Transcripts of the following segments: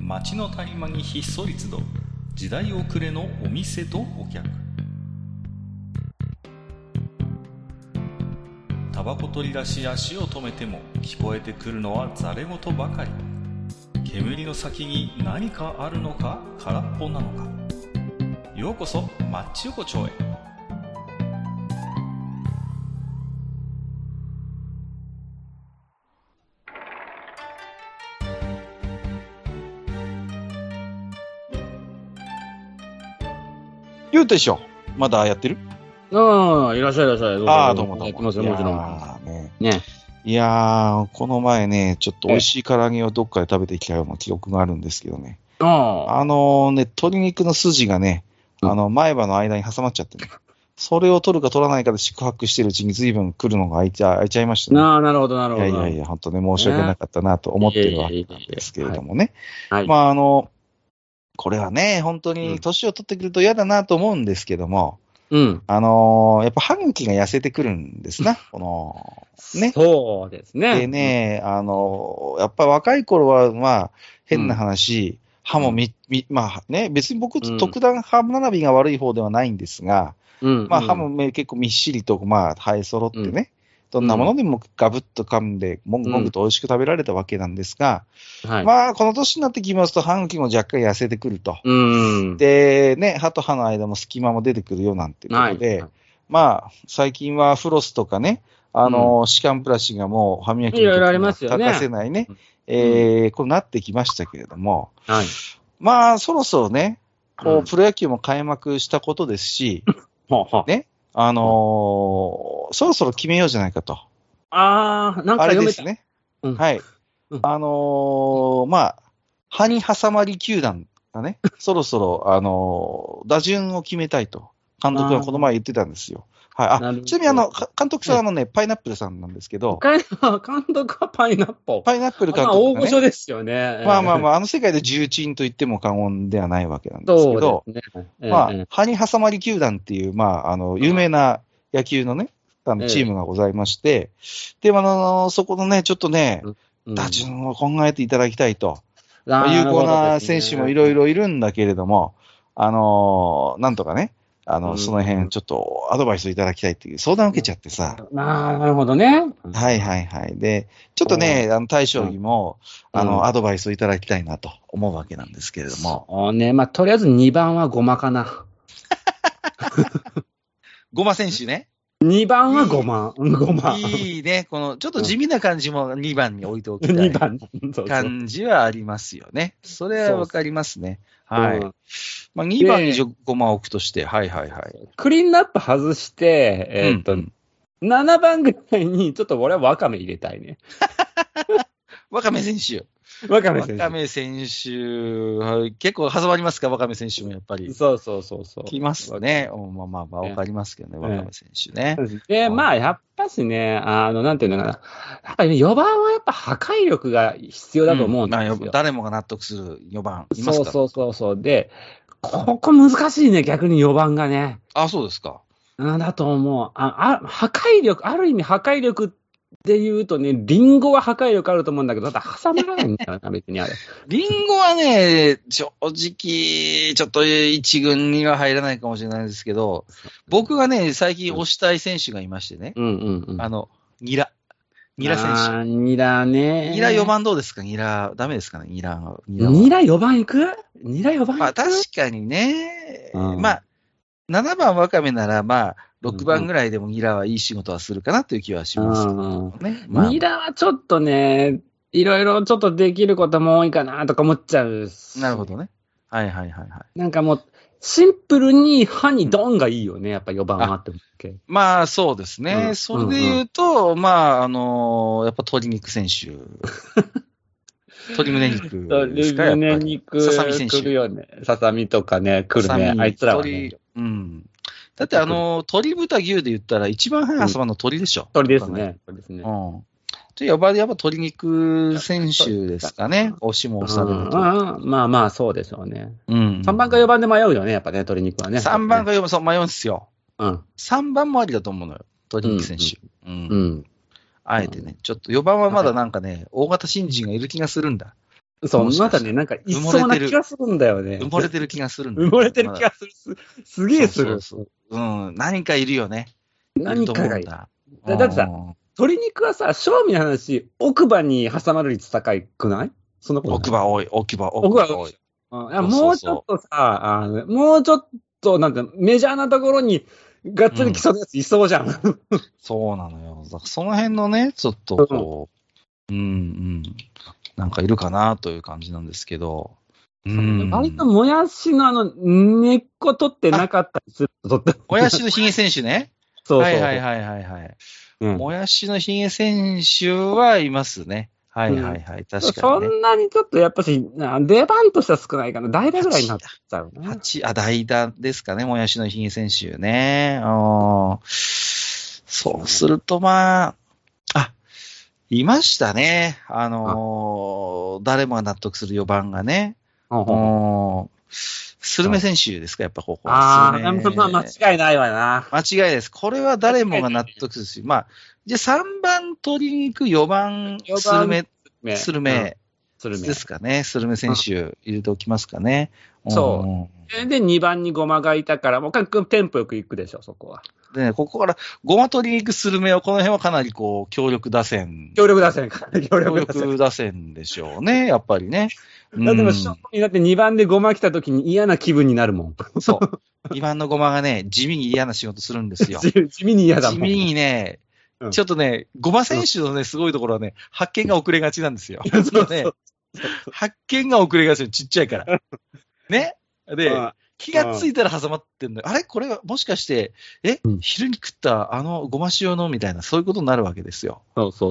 街の谷間にひっそり集う時代遅れのお店とお客。タバコ取り出し足を止めても聞こえてくるのはざれ言ばかり。煙の先に何かあるのか空っぽなのか。ようこそマッチ横丁へ。 ゆうとでしょ。まだやってる？ ああ、いらっしゃいいらっしゃい。 ああ、どうもどうも。 やってますよ、もちろん。ね。 いやー、この前ね、ちょっと美味しい唐揚げをどっかで食べてきたような記憶があるんですけどね。鶏肉の筋がね、前歯の間に挟まっちゃってね。それを取るか取らないかで宿泊してるうちに随分来るのが開いちゃいましたね。 ああ、なるほど、なるほど。 いや、本当ね、申し訳なかったなと思ってるわけなんですけれどもね。 はい。 まあ、これはね、本当に年を取ってくると嫌だなと思うんですけども、 うん。 やっぱ歯茎が痩せてくるんですな、ね。 そうですね。 でね、やっぱ若い頃は、まあ、変な話、歯もまあね、別に僕、特段歯並びが悪い方ではないんですが、まあ歯も結構みっしりと、まあ、生え揃ってね、どんなものでもガブッと噛んで、もぐもぐと美味しく食べられたわけなんですが、まあ、この年になってきますと、歯茎も若干痩せてくると。で、ね、歯と歯の間も隙間も出てくるよなんていうことで、まあ、最近はフロスとかね、歯間ブラシがもう歯磨きの時に欠かせないね、こうなってきましたけれども、まあ、そろそろね、こう、プロ野球も開幕したことですし、ね、そろそろ決めようじゃないかと。 ああ、なんか読めた。 あれですね。はい。まあ、歯に挟まり球団がね、そろそろ、打順を決めたいと、監督がこの前言ってたんですよ。はい。ちなみに監督さんはパイナップルさんなんですけど。 監督はパイナップル。 パイナップル監督、 大御所ですよね。 まあ、世界で重鎮と言っても過言ではないわけなんですけど、まあ、歯に挟まり球団っていう、まあ、有名な野球のね、チームがございまして、で、そこのね、ちょっとね、打順を考えていただきたいと。有効な選手もいろいろいるんだけれども、なんとかね、その辺ちょっとアドバイスをいただきたいっていう相談を受けちゃってさ。 なるほどね。 はい。で、ちょっとね、大将にも、アドバイスをいただきたいなと思うわけなんですけれども。 そうね、まあ、とりあえず2番はごまかな。 ごま選手ね。 2番は5万。 いいね。この、ちょっと地味な感じも2番に置いておきたい感じはありますよね。それはわかりますね。はい。まあ、2番に5万置くとして、はい。 クリーンナップ外して、7番ぐらいに、ちょっと俺はワカメ入れたいね。 ワカメ選手。 ワカメ選手、結構挟まりますか、ワカメ選手もやっぱり。 そう。 来ますね。まあ、わかりますけどね、ワカメ選手ね。 で、まあ、やっぱしね、なんていうのかな。やっぱり4番はやっぱ破壊力が必要だと思うんですよ。 誰もが納得する4番いますか？ そう。で、ここ難しいね、逆に4番がね。 あ、そうですか。 だと思う。破壊力、ある意味破壊力って言うとね、リンゴは破壊力あると思うんだけど、だって挟まらないんだよな、別にあれ。 リンゴはね、正直、ちょっと一軍には入らないかもしれないですけど、僕がね、最近推したい選手がいましてね。ニラ選手。 ニラね。 ニラ4番どうですか？ニラ、ダメですかね？ニラ 4番行く？ニラ4番行く？ まあ確かにね。まあ、7番ワカメなら、まあ、6番ぐらいでもニラはいい仕事はするかなという気はしますけどね。 ニラはちょっとね、いろいろちょっとできることも多いかなとか思っちゃう。 なるほどね。はい。 なんかもう、シンプルに歯にドンがいいよね、やっぱ4番はって思う。 まあそうですね。それで言うと、まあ、やっぱ鶏肉選手。鶏胸肉ですか？ 鶏胸肉。ささみ選手。来るよね。ささみとかね、来るね。あいつらはね。 だって鶏豚牛で言ったら一番早い挟まの鶏でしょ。 鶏ですね。 やっぱ鶏肉選手ですかね。押しも押されると。 まあ、そうでしょうね。3番か4番で迷うよね、やっぱね、鶏肉はね。 3番か4番、迷うんですよ。3番もありだと思うのよ、鶏肉選手。あえてね、ちょっと4番はまだなんかね、大型新人がいる気がするんだ。 そう、またね、なんか、いそうな気がするんだよね。 埋もれてる気がするんだよ。埋もれてる気がする。すげえする。 そう。何かいるよね。 何かがいる。だってさ、鶏肉はさ、正味の話、奥歯に挟まる率高いくない？そんなことない？ 奥歯多い。 もうちょっとさ、もうちょっと、なんて、メジャーなところに、がっつり来そうなやついそうじゃん。 そうなのよ。だからその辺のね、ちょっとこう、なんかいるかなという感じなんですけど。 割ともやしの根っこ取ってなかったりすると。 もやしのヒゲ選手ね。 そう。 はい。もやしのヒゲ選手はいますね。はい。確かに、ね。 そんなにちょっとやっぱし、出番としては少ないかな。代打ぐらいになっちゃうね。 代打ですかね、もやしのヒゲ選手ね。そうするといましたね。誰もが納得する4番がね。スルメ選手ですか、やっぱここは。 間違いないわな。 間違いないです。これは誰もが納得するし、じゃあ3番鶏肉、4番スルメですかね。スルメ選手入れておきますかね。 そう。で、2番にゴマがいたから、もうテンポよくいくでしょ、そこは。 でね、ここからゴマ鶏肉、スルメは、この辺はかなり強力打線。 強力打線でしょうね、やっぱりね。 だって2番でゴマ来た時に嫌な気分になるもん。 そう。2番のゴマがね、地味に嫌な仕事するんですよ。 地味に嫌だもん。 地味にね、ちょっとね、ゴマ選手のね、すごいところはね、発見が遅れがちなんですよ。発見が遅れがち、ちっちゃいから。ね。で、気がついたら挟まってんのよ。あれこれはもしかして、昼に食ったゴマ塩のみたいな、そういうことになるわけですよ。 そう。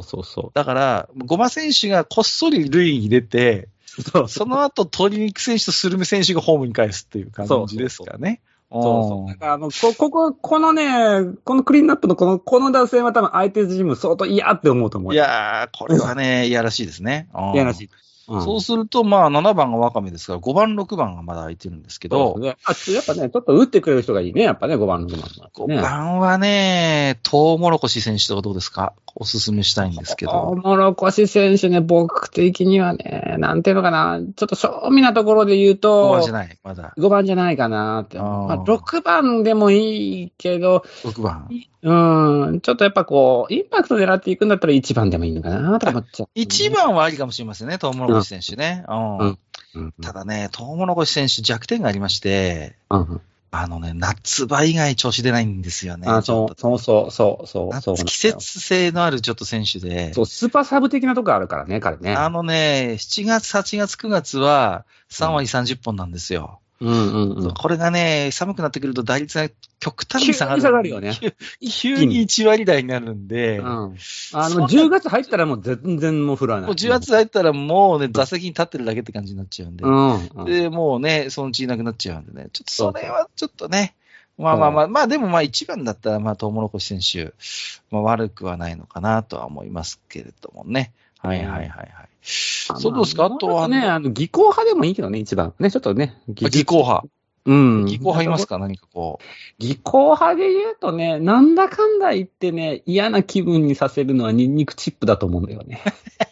だから、ゴマ選手がこっそり塁に出て、その後、鶏肉選手とスルメ選手がホームに返すっていう感じですかね。 そう。だからこのね、このクリーンナップのこの打線は多分相手チーム相当嫌って思うと思う。 いやー、これはね、いやらしいですね。 いやらしい。 そうすると、7番がワカメですから、5番、6番がまだ空いてるんですけど。 やっぱね、ちょっと打ってくれる人がいいね、やっぱね、5番、6番は。 5番はね、トウモロコシ選手とかどうですか？おすすめしたいんですけど。 トウモロコシ選手ね、僕的にはね、なんていうのかな、ちょっと正味なところで言うと、 5番じゃない、まだ。 5番じゃないかなって。6番でもいいけど、 6番。 ちょっとやっぱインパクト狙っていくんだったら1番でもいいのかなと思っちゃう。 1番はありかもしれませんね、トウモロコシ選手ね。ただね、トウモロコシ選手弱点がありまして、夏場以外調子出ないんですよね。 そう。 季節性のあるちょっと選手で。 そう、スーパーサブ的なとこあるからね、彼ね。 7月、8月、9月は3割30本なんですよ。これがね、寒くなってくると打率が極端に下がる。 急に下がるよね。 急に1割台になるんで。 10月入ったらもう全然もう振らない。 もう10月入ったらもうね、座席に立ってるだけって感じになっちゃうんで。で、もうね、そのうちいなくなっちゃうんでね。ちょっとそれはちょっとね。でも1番だったらトウモロコシ選手、悪くはないのかなとは思いますけれどもね。はい。そうですか？あとはね、技巧派でもいいけどね、一番。ね、ちょっとね。 技巧派。技巧派いますか？何か技巧派で言うとね、なんだかんだ言ってね、嫌な気分にさせるのはニンニクチップだと思うんだよね。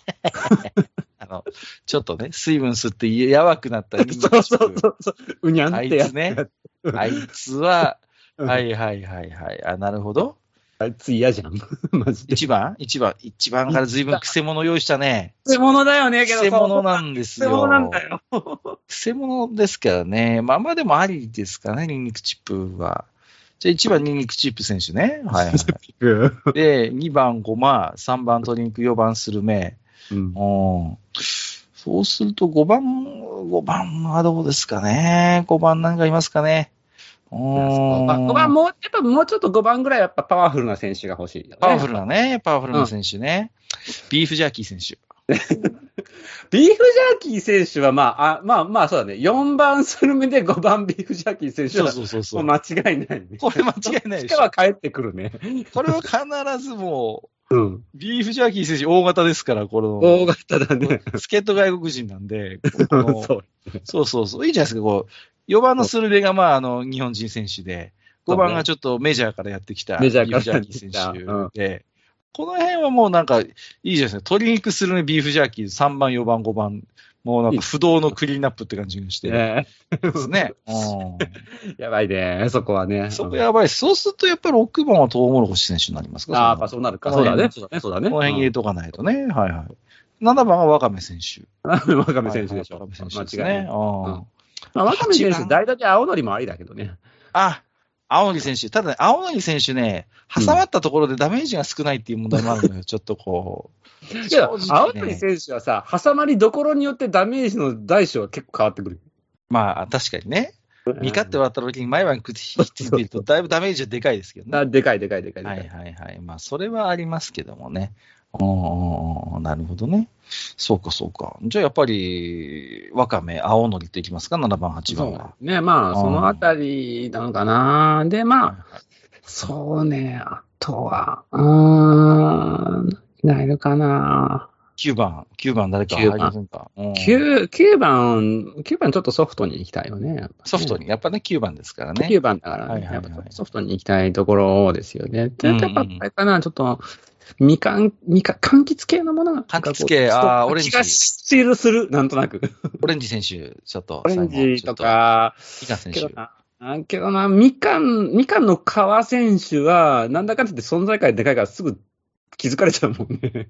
ちょっとね、水分吸ってやばくなったニンニクチップ。 そう。うにゃんってやつね。あいつは、はい。なるほど。 あいつ嫌じゃん。マジで。 1番から随分クセ者用意したね。 クセ者だよね、けど。 クセ者なんですよ。 クセ者なんだよ。 クセ者ですからね。でもありですかね、ニンニクチップは。じゃあ1番ニンニクチップ選手ね。はい。で、2番ゴマ、3番鶏肉、4番スルメ。そうすると5番はどうですかね。5番なんかいますかね。 5番もうちょっと5番ぐらいやっぱパワフルな選手が欲しいよね。 パワフルな選手ね。ビーフジャーキー選手。 ビーフジャーキー選手はそうだね。4番スルメで5番ビーフジャーキー選手はそう。 間違いないね。 これ間違いないでしょ。 は帰ってくるね。これは必ずもう、ビーフジャーキー選手大型ですから、 大型だね。 助っ人外国人なんで、そう。いいじゃないですか、4番のスルメが日本人選手で、5番がちょっとメジャーからやってきたビーフジャーキー選手で、この辺はもうなんかいいじゃないですか。鶏肉スルメビーフジャーキー3番、4番、5番。 もうなんか不動のクリーンアップって感じがしてですね。 やばいね、そこはね。 そこやばい。そうするとやっぱり6番はトウモロコシ選手になりますか？ ああ、やっぱそうなるか。そうだね。そうだね。 この辺入れとかないとね。はいはい。7番はワカメ選手。 ワカメ選手でしょ。 ワカメ選手ですね。 ワカメ選手、代打で青のりもありだけどね。 青のり選手。ただね、青のり選手ね、挟まったところでダメージが少ないっていう問題もあるのよ。ちょっとこう。 いや、青のり選手はさ、挟まりどころによってダメージの大小は結構変わってくる。 まあ、確かにね。見勝ってもらった時に毎晩ひっついてると、だいぶダメージはでかいですけどね。 でかい。はいはいはい。まあ、それはありますけどもね。なるほどね。そうか。じゃあやっぱり、ワカメ、青のりっていきますか？ 7 番、8番は。 ね、まあ、そのあたりなのかな。で、まあ、そうね、あとは、いないのかな。 9番誰か入りませんか ？9番ちょっとソフトに行きたいよね。 ソフトに。やっぱね、9番ですからね。 9番だからね。やっぱソフトに行きたいところですよね。やっぱ、あれかな、ちょっと、柑橘系のものが。 柑橘系、オレンジ。 気がする、なんとなく。 オレンジ選手、ちょっと。 オレンジとか。 みかん選手。 けどな、みかんの皮選手は、なんだかんだって存在感でかいからすぐ気づかれちゃうもんね。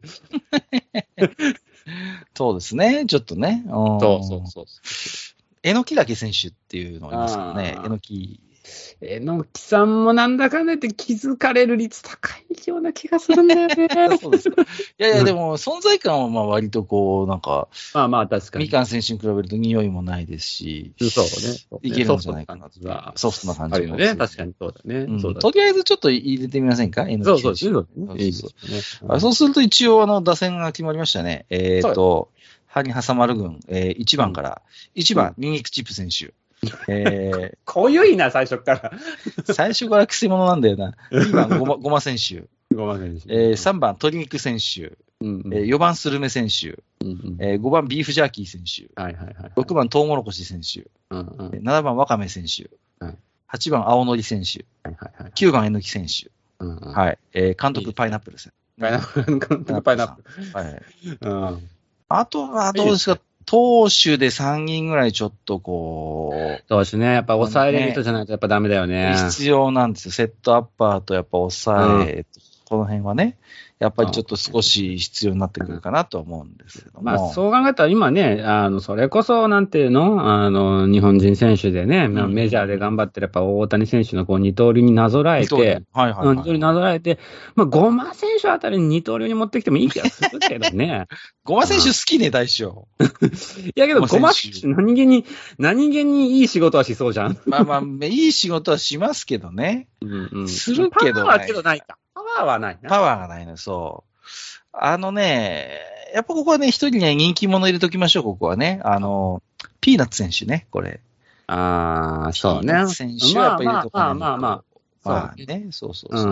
そうですね、ちょっとね。 そう。 えのきだけ選手っていうのがいますからね。 えのきさんもなんだかんだって気づかれる率高いような気がするんだよね。 そうですか。いや、でも、存在感はまあ割とこう、なんか、 まあ確かに。 みかん選手に比べると匂いもないですし、 そうね。 いけるんじゃないかな。ソフトな感じもね。確かにそうだね。 とりあえずちょっと入れてみませんか？ そう。 そうすると一応打線が決まりましたね。歯に挟まる軍、1番から、1番、ニンニクチップ選手。 濃ゆいな、最初から。 最初から癖者なんだよな。2番、ごま選手。3番、鶏肉選手。4番、スルメ選手。5番、ビーフジャーキー選手。6番、トウモロコシ選手。7番、ワカメ選手。8番、青のり選手。9番、えのき選手。監督、パイナップルです。 監督、パイナップル。 あとは、どうですか？投手で3人ぐらいちょっとこう。 そうですね。やっぱ抑えれる人じゃないとやっぱダメだよね。 必要なんですよ。セットアッパーとやっぱ抑え、この辺はね、やっぱりちょっと少し必要になってくるかなと思うんですけども。 まあそう考えたら今ね、それこそなんていうの日本人選手でね、メジャーで頑張ってるやっぱ大谷選手のこう二刀流になぞらえて、二刀流になぞらえて、まあゴマ選手あたりに二刀流に持ってきてもいい気がするけどね。 ゴマ選手好きね、大将。 いやけどゴマ選手何気にいい仕事はしそうじゃん。 まあ、いい仕事はしますけどね。するけどね。 パワーはけどないか。パワーはないな。 パワーがないの、そう。やっぱここはね、一人ね、人気者入れときましょう、ここはね。ピーナッツ選手ね、これ。 そうね。 ピーナッツ選手はやっぱ入れとかないと。 まあね、そう。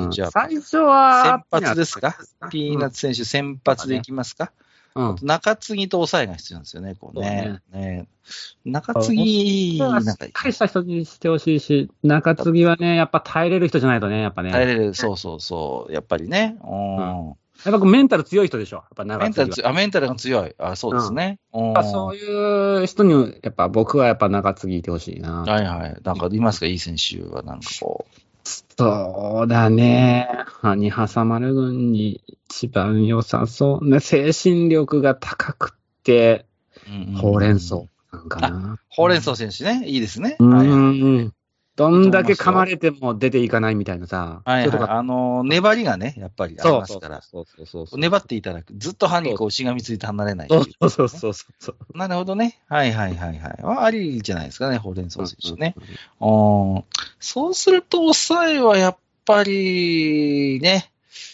じゃあ、最初は、 先発ですか？ピーナッツ選手、先発でいきますか？中継ぎと抑えが必要なんですよね、こうね。中継ぎ、 なんか。しっかりした人にしてほしいし、中継ぎはね、やっぱ耐えれる人じゃないとね、やっぱね。 耐えれる、そう。やっぱりね。 やっぱメンタル強い人でしょ、やっぱ中継ぎは。 メンタルが強い。そうですね。 そういう人に、やっぱ僕はやっぱ中継ぎいてほしいな。 なんかいますか、いい選手は、なんかこう。 そうだね。歯に挟まる軍に一番良さそうね。精神力が高くて、ほうれん草なんかな。 ほうれん草選手ね。いいですね。 どんだけ噛まれても出ていかないみたいなさ。 粘りがね、やっぱりありますから。粘っていただく。ずっと歯にこうしがみついて離れない。 そう。 なるほどね。ありじゃないですかね、ほうれん草選手ね。そうすると、抑えはやっぱりね、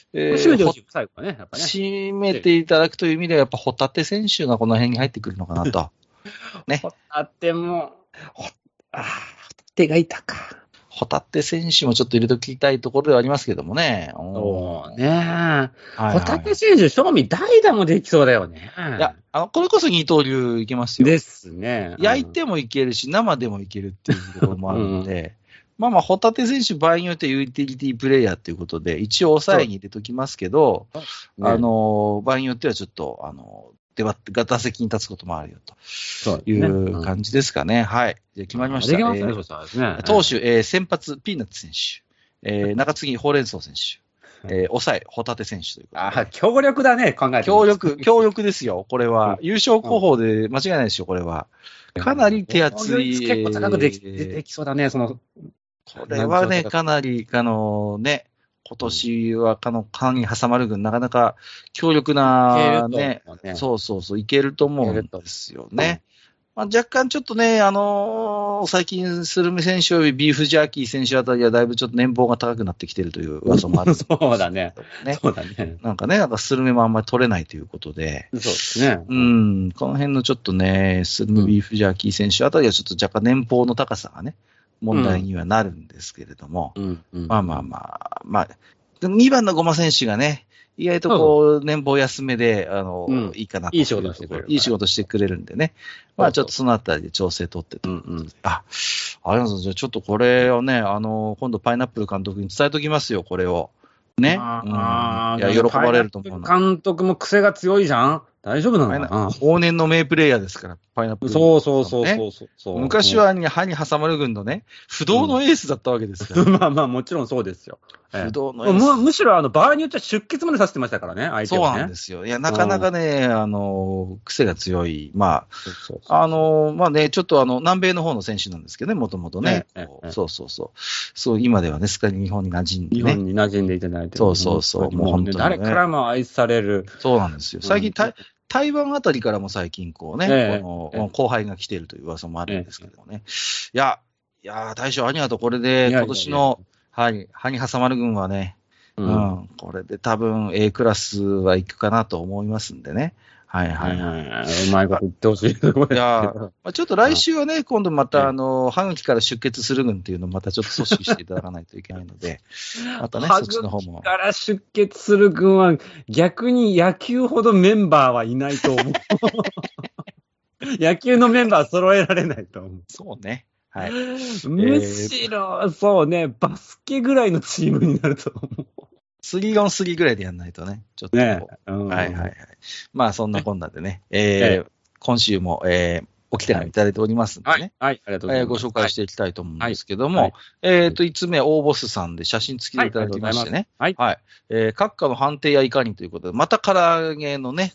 締めていただくという意味では、やっぱホタテ選手がこの辺に入ってくるのかなと。ね。 ホタテも、手がいたか。 ホタテ選手もちょっと入れときたいところではありますけどもね。 そうね。ホタテ選手、正味代打もできそうだよね。 いや、これこそ二刀流いけますよ。 ですね。 焼いてもいけるし、生でもいけるっていうところもあるので、ホタテ選手場合によってユーティリティプレイヤーということで、一応抑えに入れときますけど、場合によってはちょっと、 打席に立つこともあるよという感じですかね。はい。じゃ決まりました。投手、先発、ピーナッツ選手。中継ぎ、ほうれん草選手。抑え、ホタテ選手ということで。 強力だね、考えて強力ですよ、これは。優勝候補で間違いないですよ、これは。かなり手厚い。 結構高くできそうだね、これはね、かなり、今年は缶に挟まる軍、なかなか強力な、ね、いけると思うんですよね。若干ちょっとね、最近、スルメ選手よりビーフジャーキー選手あたりはだいぶちょっと年俸が高くなってきてるという噂もある、 そうだね。 なんかスルメもあんまり取れないということで。 そうですね。 この辺のちょっとね、スルメビーフジャーキー選手あたりはちょっと若干年俸の高さがね、問題にはなるんですけれども。まあ、2番のゴマ選手がね、意外と年俸安めで、いいかなと。 いい仕事してくれる。 いい仕事してくれるんでね。ちょっとそのあたりで調整取ってと。ありがとうございます。じゃあちょっとこれをね、今度パイナップル監督に伝えときますよ、これを。ね。いや、喜ばれると思う。 監督も癖が強いじゃん。大丈夫なのかな。 往年の名プレイヤーですから、パイナップル。 そう。 昔は歯に挟まる軍のね、不動のエースだったわけですから。 もちろんそうですよ。 不動のエース。 むしろ場合によっては出血までさせてましたからね、相手はね。 そうなんですよ。いや、なかなかね、癖が強い。ね、ちょっと南米の方の選手なんですけどね、もともとね。そう、今ではね、すっかり日本に馴染んでね。 日本に馴染んでいただいて。 そう。 もう本当に誰からも愛される。 そうなんですよ。最近、台湾あたりからも最近後輩が来ているという噂もあるんですけどね。いや、大将ありがとう。これで今年の歯に挟まる軍はね、これで多分 A クラスは行くかなと思いますんでね。うまいこと言ってほしい。 いや、ちょっと来週はね、今度また歯茎から出血する軍っていうのをまたちょっと阻止していただかないといけないので、またね、そっちの方も。 歯茎から出血する軍は逆に野球ほどメンバーはいないと思う。野球のメンバー揃えられないと思う。 そうね。 むしろ、そうね、バスケぐらいのチームになると思う。 3-on-3ぐらいでやんないとね、ちょっと。そんなこんなでね、今週も、お来ていただいておりますんでね。 ありがとうございます。 ご紹介していきたいと思うんですけども、5つ目、大ボスさんで写真付きでいただきましてね。閣下の判定やいかにということで、また唐揚げのね、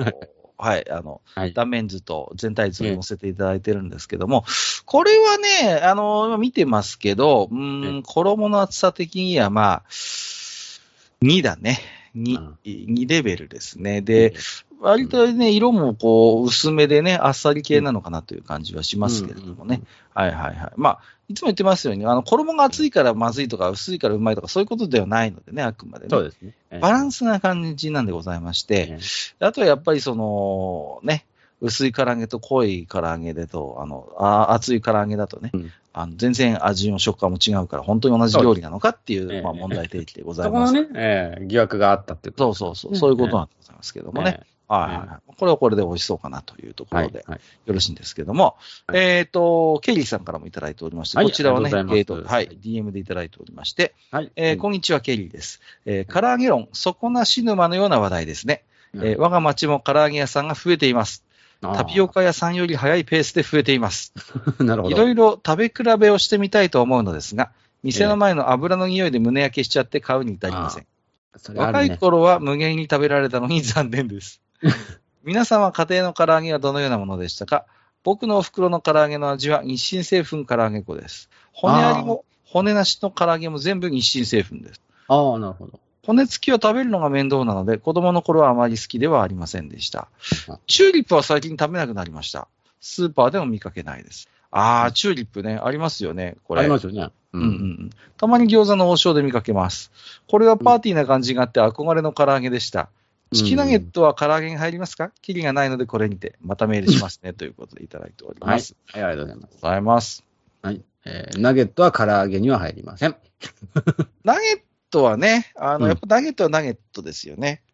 断面図と全体図を載せていただいてるんですけども、これはね、見てますけど、衣の厚さ的には2だね。2レベルですね。で、割とね、色も薄めでね、あっさり系なのかなという感じはしますけれどもね。いつも言ってますように、衣が厚いからまずいとか、薄いからうまいとか、そういうことではないのでね、あくまでね。 そうですね。 バランスな感じなんでございまして、あとはやっぱり薄い唐揚げと濃い唐揚げでと、厚い唐揚げだとね、全然味も食感も違うから、本当に同じ料理なのかっていう、問題提起でございます。 そこのね、疑惑があったっていうことそう、そういうことなんでございますけどもね。これはこれで美味しそうかなというところで、よろしいんですけども、ケリーさんからもいただいておりまして、こちらはね、DM でいただいておりまして、こんにちは、ケリーです。唐揚げ論、底なし沼のような話題ですね。我が町も唐揚げ屋さんが増えています。タピオカ屋さんより早いペースで増えています。 なるほど。 いろいろ食べ比べをしてみたいと思うのですが、店の前の油の匂いで胸焼けしちゃって買うに至りません。若い頃は無限に食べられたのに残念です。皆さんは家庭の唐揚げはどのようなものでしたか？僕のお袋の唐揚げの味は日清製粉唐揚げ粉です。骨ありも骨なしの唐揚げも全部日清製粉です。 なるほど。 骨付きは食べるのが面倒なので、子供の頃はあまり好きではありませんでした。チューリップは最近食べなくなりました。スーパーでも見かけないです。チューリップね、ありますよね、これ。 ありますよね。 たまに餃子の王将で見かけます。これはパーティーな感じがあって憧れの唐揚げでした。チキナゲットは唐揚げに入りますか？キリがないのでこれにて、またメールしますね、ということでいただいております。 ありがとうございます。 ございます。 ナゲットは唐揚げには入りません。 ナゲットはね、やっぱナゲットはナゲットですよね。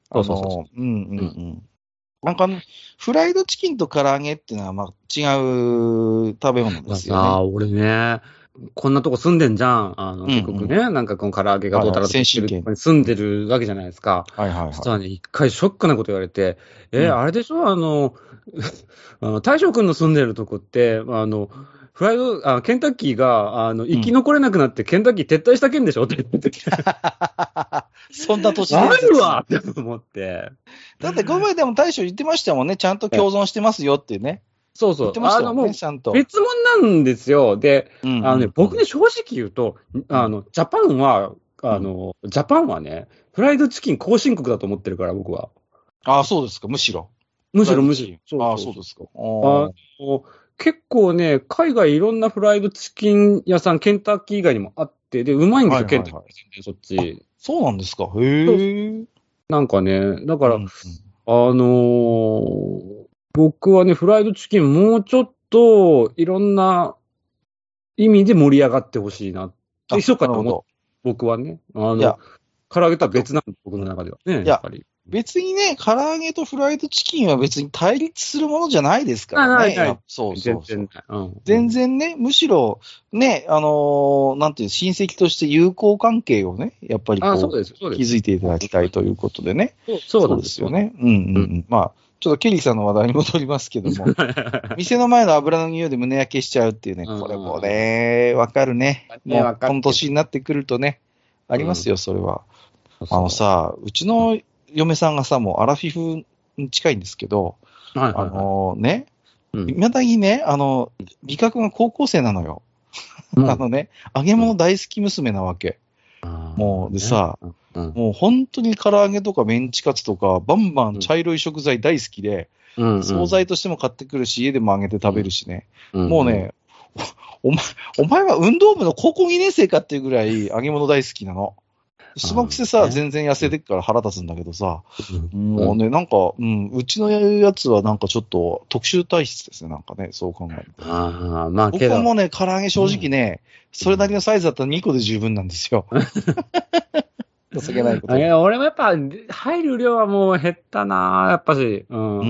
なんかフライドチキンと唐揚げっていうのは違う食べ物ですよね。 俺ね、 こんなとこ住んでんじゃん。結局ね、なんかこの唐揚げがどうたらとしてるとこに住んでるわけじゃないですか。 はいはいはい。 そしたらね、一回ショックなこと言われて、あれでしょ大将君の住んでるとこって、フライド、ケンタッキーが、生き残れなくなってケンタッキー撤退した件でしょって言ってて。 そんな年あるわって思って。 だってこの前でも大将言ってましたもんね。ちゃんと共存してますよっていうね。 そうそう。言ってましたもんね、ちゃんと。 別物なんですよ。で、僕ね、正直言うと、ジャパンはね、フライドチキン後進国だと思ってるから、僕は。 ああ、そうですか、むしろ。 むしろ。 ああ、そうですか。 結構ね、海外いろんなフライドチキン屋さん、ケンタッキー以外にもあって、で、うまいんですよ、ケンタッキー、そっち。 そうなんですか。へえ。 なんかね、だから、僕はね、フライドチキンもうちょっといろんな意味で盛り上がってほしいなって、一緒かと思う。僕はね。唐揚げとは別なんです、僕の中ではね。やっぱり。 別にね、唐揚げとフライドチキンは別に対立するものじゃないですからね。そう。全然ね、むしろ、ね、なんていう、親戚として友好関係をね、やっぱりこう、築いていただきたいということでね。そうですよね。まあ、ちょっとケリーさんの話題に戻りますけども、店の前の油の匂いで胸焼けしちゃうっていうね、これもね、わかるね。もう、この年になってくるとね、ありますよ、それは。うちの嫁さんがさ、もうアラフィフに近いんですけど、ね、未だにね、美覚が高校生なのよ。揚げ物大好き娘なわけ。もう、でさ、もう本当に唐揚げとかメンチカツとか、バンバン茶色い食材大好きで、惣菜としても買ってくるし、家でも揚げて食べるしね。もうね、お前は運動部の高校2年生かっていうぐらい揚げ物大好きなの。そのくせさ、全然痩せてっから腹立つんだけどさ、もうね、なんか、うちのやつはなんかちょっと特殊体質ですね、なんかね、そう考えると。僕はもうね、唐揚げ正直ね、それなりのサイズだったら2個で十分なんですよ。情けないこと。 俺もやっぱ、入る量はもう減ったなやっぱし。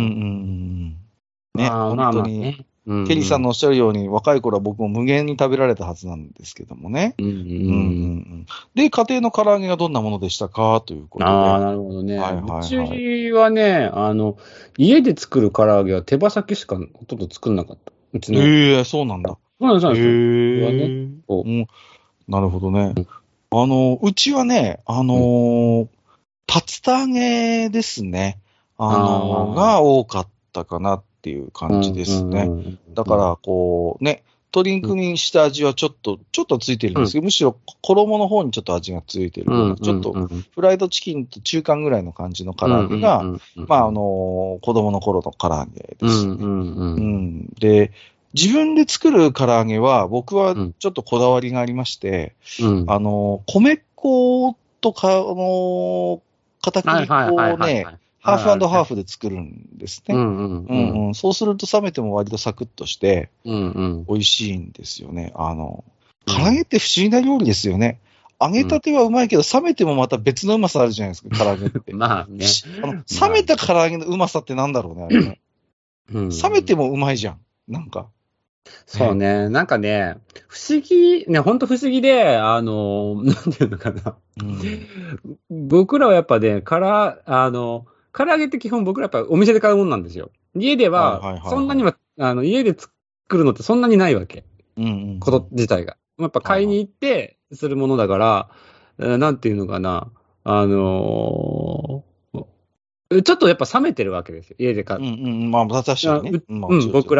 ね、本当に。ケリーさんのおっしゃるように、若い頃は僕も無限に食べられたはずなんですけどもね。で、家庭の唐揚げがどんなものでしたかということで。 なるほどね。うちはね、家で作る唐揚げは手羽先しかほとんど作んなかった。うちの。 そうなんだ。 そうなんですよ。なるほどね。うちはね、竜田揚げですね。が多かったかなっていう感じですね。だから、こう、ね、鶏肉にした味はちょっとついてるんですけど、むしろ衣の方にちょっと味がついてる。ちょっと、フライドチキンと中間ぐらいの感じの唐揚げが、子供の頃の唐揚げですね。で、自分で作る唐揚げは、僕はちょっとこだわりがありまして、米粉と片栗粉をね、ハーフ&ハーフで作るんですね。そうすると冷めても割とサクッとして、美味しいんですよね。唐揚げって不思議な料理ですよね。揚げたてはうまいけど、冷めてもまた別のうまさあるじゃないですか、唐揚げって。 まあね。 冷めた唐揚げのうまさってなんだろうね、あれね。冷めてもうまいじゃん。なんか。 そうね。なんかね、不思議、ね、ほんと不思議で、なんていうのかな。僕らはやっぱね、唐揚げって基本僕らやっぱお店で買うもんなんですよ。家では、そんなには、家で作るのってそんなにないわけ。こと自体が。やっぱ買いに行ってするものだから、なんていうのかな。ちょっっとやっぱ冷めてるわけですよ。家で買う。 まあ、確かにね。 僕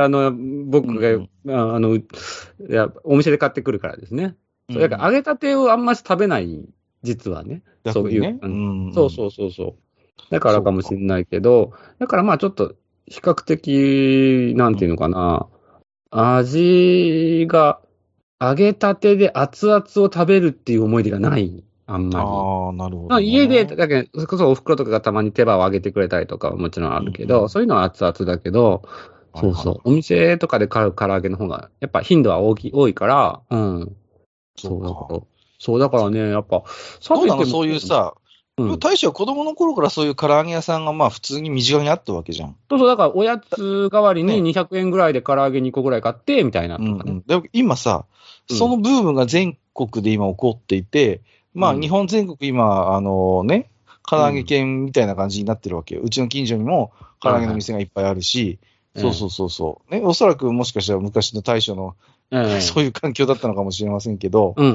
が、お店で買ってくるからですね。だから揚げたてをあんまし食べない、実はね。そういう。そう。だからかもしれないけど、だからまあちょっと比較的、なんていうのかな、味が揚げたてで熱々を食べるっていう思い出がない。あんまり。 なるほど、 家で、だけど、それこそお袋とかがたまに手羽を揚げてくれたりとかはもちろんあるけど、そういうのは熱々だけど、お店とかで買う唐揚げの方が、やっぱ頻度は多いから、 そうだからね、やっぱ、 そういうさ、 大将は子供の頃からそういう唐揚げ屋さんがまあ普通に身近にあったわけじゃん。 そうそう、だからおやつ代わりに200円ぐらいで唐揚げ2個ぐらい買って、みたいな、 で今さ、そのブームが全国で今起こっていて、まあ日本全国今、唐揚げ券みたいな感じになってるわけよ。うちの近所にも唐揚げの店がいっぱいあるし、そう。ね、おそらくもしかしたら昔の大将の、そういう環境だったのかもしれませんけど、い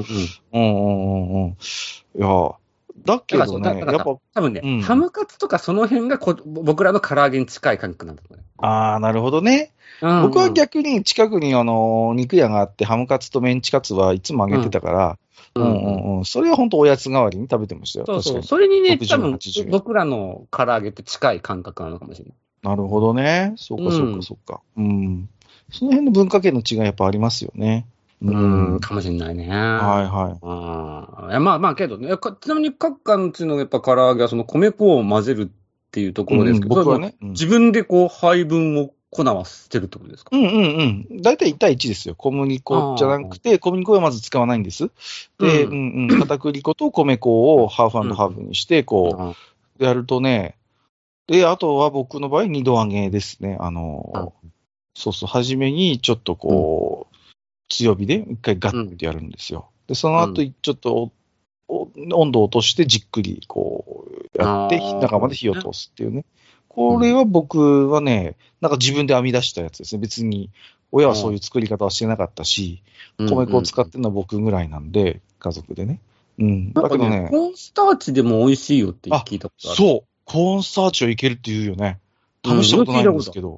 や、だけどね、やっぱ、 多分ね、ハムカツとかその辺が僕らの唐揚げに近い感覚なんだと思う。 ああ、なるほどね。僕は逆に近くに肉屋があって、ハムカツとメンチカツはいつもあげてたから、それは本当おやつ代わりに食べてましたよ。 そう。それにね、多分僕らの唐揚げって近い感覚なのかもしれない。 なるほどね。そうか。その辺の文化圏の違いやっぱありますよね。 かもしれないね。まあけどね、ちなみに各館地のやっぱ唐揚げはその米粉を混ぜるっていうところですけど、僕はね、自分でこう配分を粉はしてるってことですか？ だいたい1対1ですよ。小麦粉じゃなくて、小麦粉はまず使わないんです。で、片栗粉と米粉をハーフ&ハーフにして、こう、やるとね、で、あとは僕の場合、2度揚げですね。初めにちょっとこう、強火で一回ガッてやるんですよ。で、その後、ちょっと温度を落としてじっくりこうやって、中まで火を通すっていうね。これは僕はね、なんか自分で編み出したやつですね。別に、親はそういう作り方はしてなかったし、米粉を使ってるのは僕ぐらいなんで、家族でね。 だけどね、コーンスターチでも美味しいよって聞いたことある。 そう。コーンスターチはいけるって言うよね。試したことないんですけど。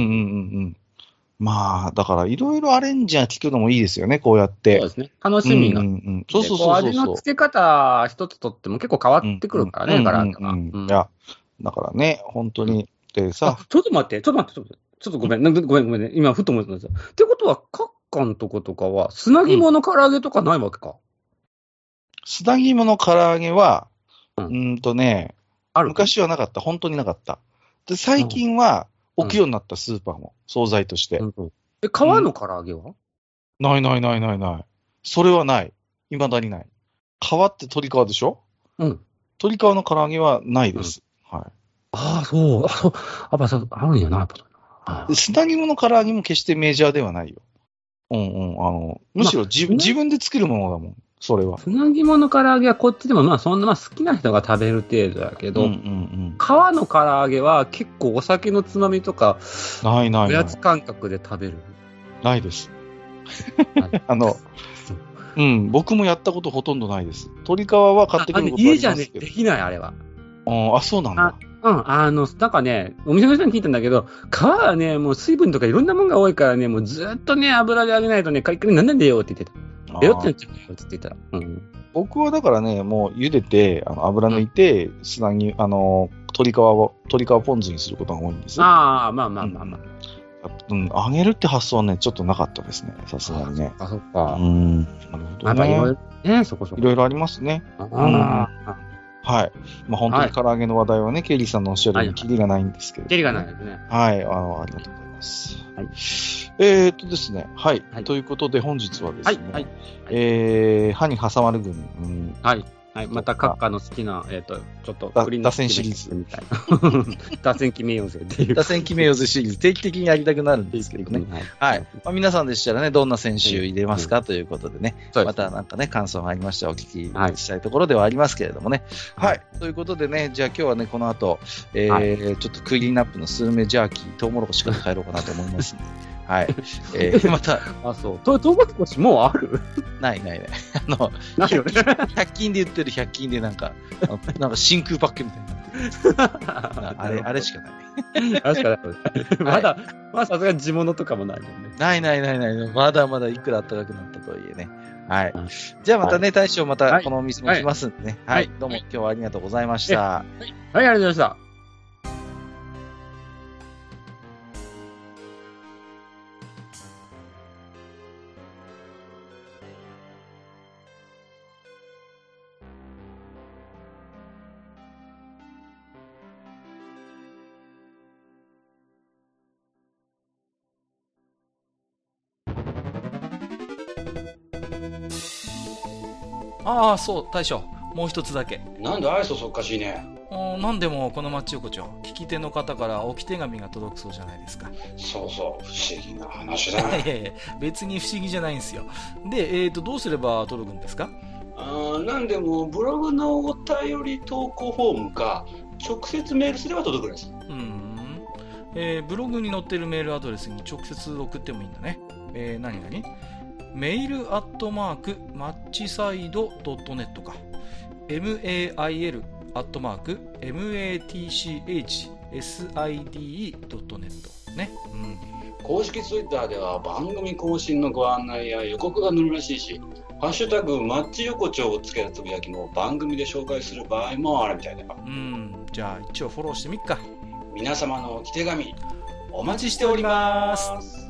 まあ、だから、いろいろアレンジが効くのもいいですよね、こうやって。 そうですね。楽しみが。 そう。 味の付け方一つとっても結構変わってくるからね、から。 いや、だからね、本当に。でさ。 ちょっと待って。ちょっとごめんね。今、ふと思ったんですよ。ってことは、カッカンとことかは、砂肝の唐揚げとかないわけか。 砂肝の唐揚げは、昔はなかった。本当になかった。で、最近は、置くようになった、スーパーも。惣菜として。 皮の唐揚げはない。それはない。未だにない。皮って鶏皮でしょ？鶏皮の唐揚げはないです。はい。 ああ、そう。やっぱそう、あるんやな、やっぱ。砂肝の唐揚げも決してメジャーではないよ。むしろ自分で作るものだもん。それは。 砂肝の唐揚げはこっちでもまあそんな好きな人が食べる程度だけど、皮の唐揚げは結構お酒のつまみとか、おやつ感覚で食べる。 ないです。僕もやったことほとんどないです。鶏皮は買ってくることありますけど。 家じゃね、できない、あれは。 そうなんだ。 なんかね、お店の人に聞いたんだけど、皮はね、もう水分とかいろんなものが多いからね、もうずっとね、油で揚げないとね、カリカリなんなんでよって言ってた。ベロってなっちゃうよって言ったら。 僕はだからね、もう茹でて、油抜いて、砂に、鶏皮ポン酢にすることが多いんです。 まあ。 揚げるって発想はね、ちょっとなかったですね、さすがにね。 そっか。 なるほどね。 やっぱいろいろね、そこ。 いろいろありますね。はい。まあ本当に唐揚げの話題はね、ケイリーさんのおっしゃるようにキリがないんですけど。 キリがないですね。 はい、ありがとうございます。はい。ですね、はい。ということで本日はですね、歯に挟まる軍。 はい。また、閣下の好きな、ちょっと、 打線シリーズみたいな。打線決めようぜっていう。 打線決めようぜシリーズ、定期的にやりたくなるんですけどね。はい。皆さんでしたらね、どんな選手入れますかということでね、またなんかね、感想がありましたらお聞きしたいところではありますけれどもね。はい。ということでね、じゃあ今日はね、この後、ちょっとクリーンアップのスルメジャーキー、トウモロコシから帰ろうかなと思います。はい。また。 そう。トウモロコシもうある？ ない。 ないよね。 100均で売ってる100均でなんか真空パックみたいになってる。あれしかない。 確かに。まださすがに地物とかもないもんね。 ない。まだまだいくら暖かくなったとはいえね。はい。じゃあまたね、大将またこのお店も来ますんでね。はい。どうも今日はありがとうございました。 はい、ありがとうございました。 ああ、そう、大将。 もう一つだけ。 なんで愛想そっかしいね。 なんでもこのマッチ横丁、聞き手の方から置き手紙が届くそうじゃないですか。 そうそう、不思議な話だね。 いやいや、別に不思議じゃないんですよ。で、どうすれば届くんですか？ なんでもブログのお便り投稿フォームか直接メールすれば届くんです。 ブログに載ってるメールアドレスに直接送ってもいいんだね。何メールアットマークマッチサイドドットネットか。mail アットマーク matchside.net ね。 公式ツイッターでは番組更新のご案内や予告が載るらしいし、ハッシュタグマッチ横丁をつけたつぶやきも番組で紹介する場合もあるみたいだよ。 じゃあ一応フォローしてみっか。 皆様の置き手紙お待ちしております。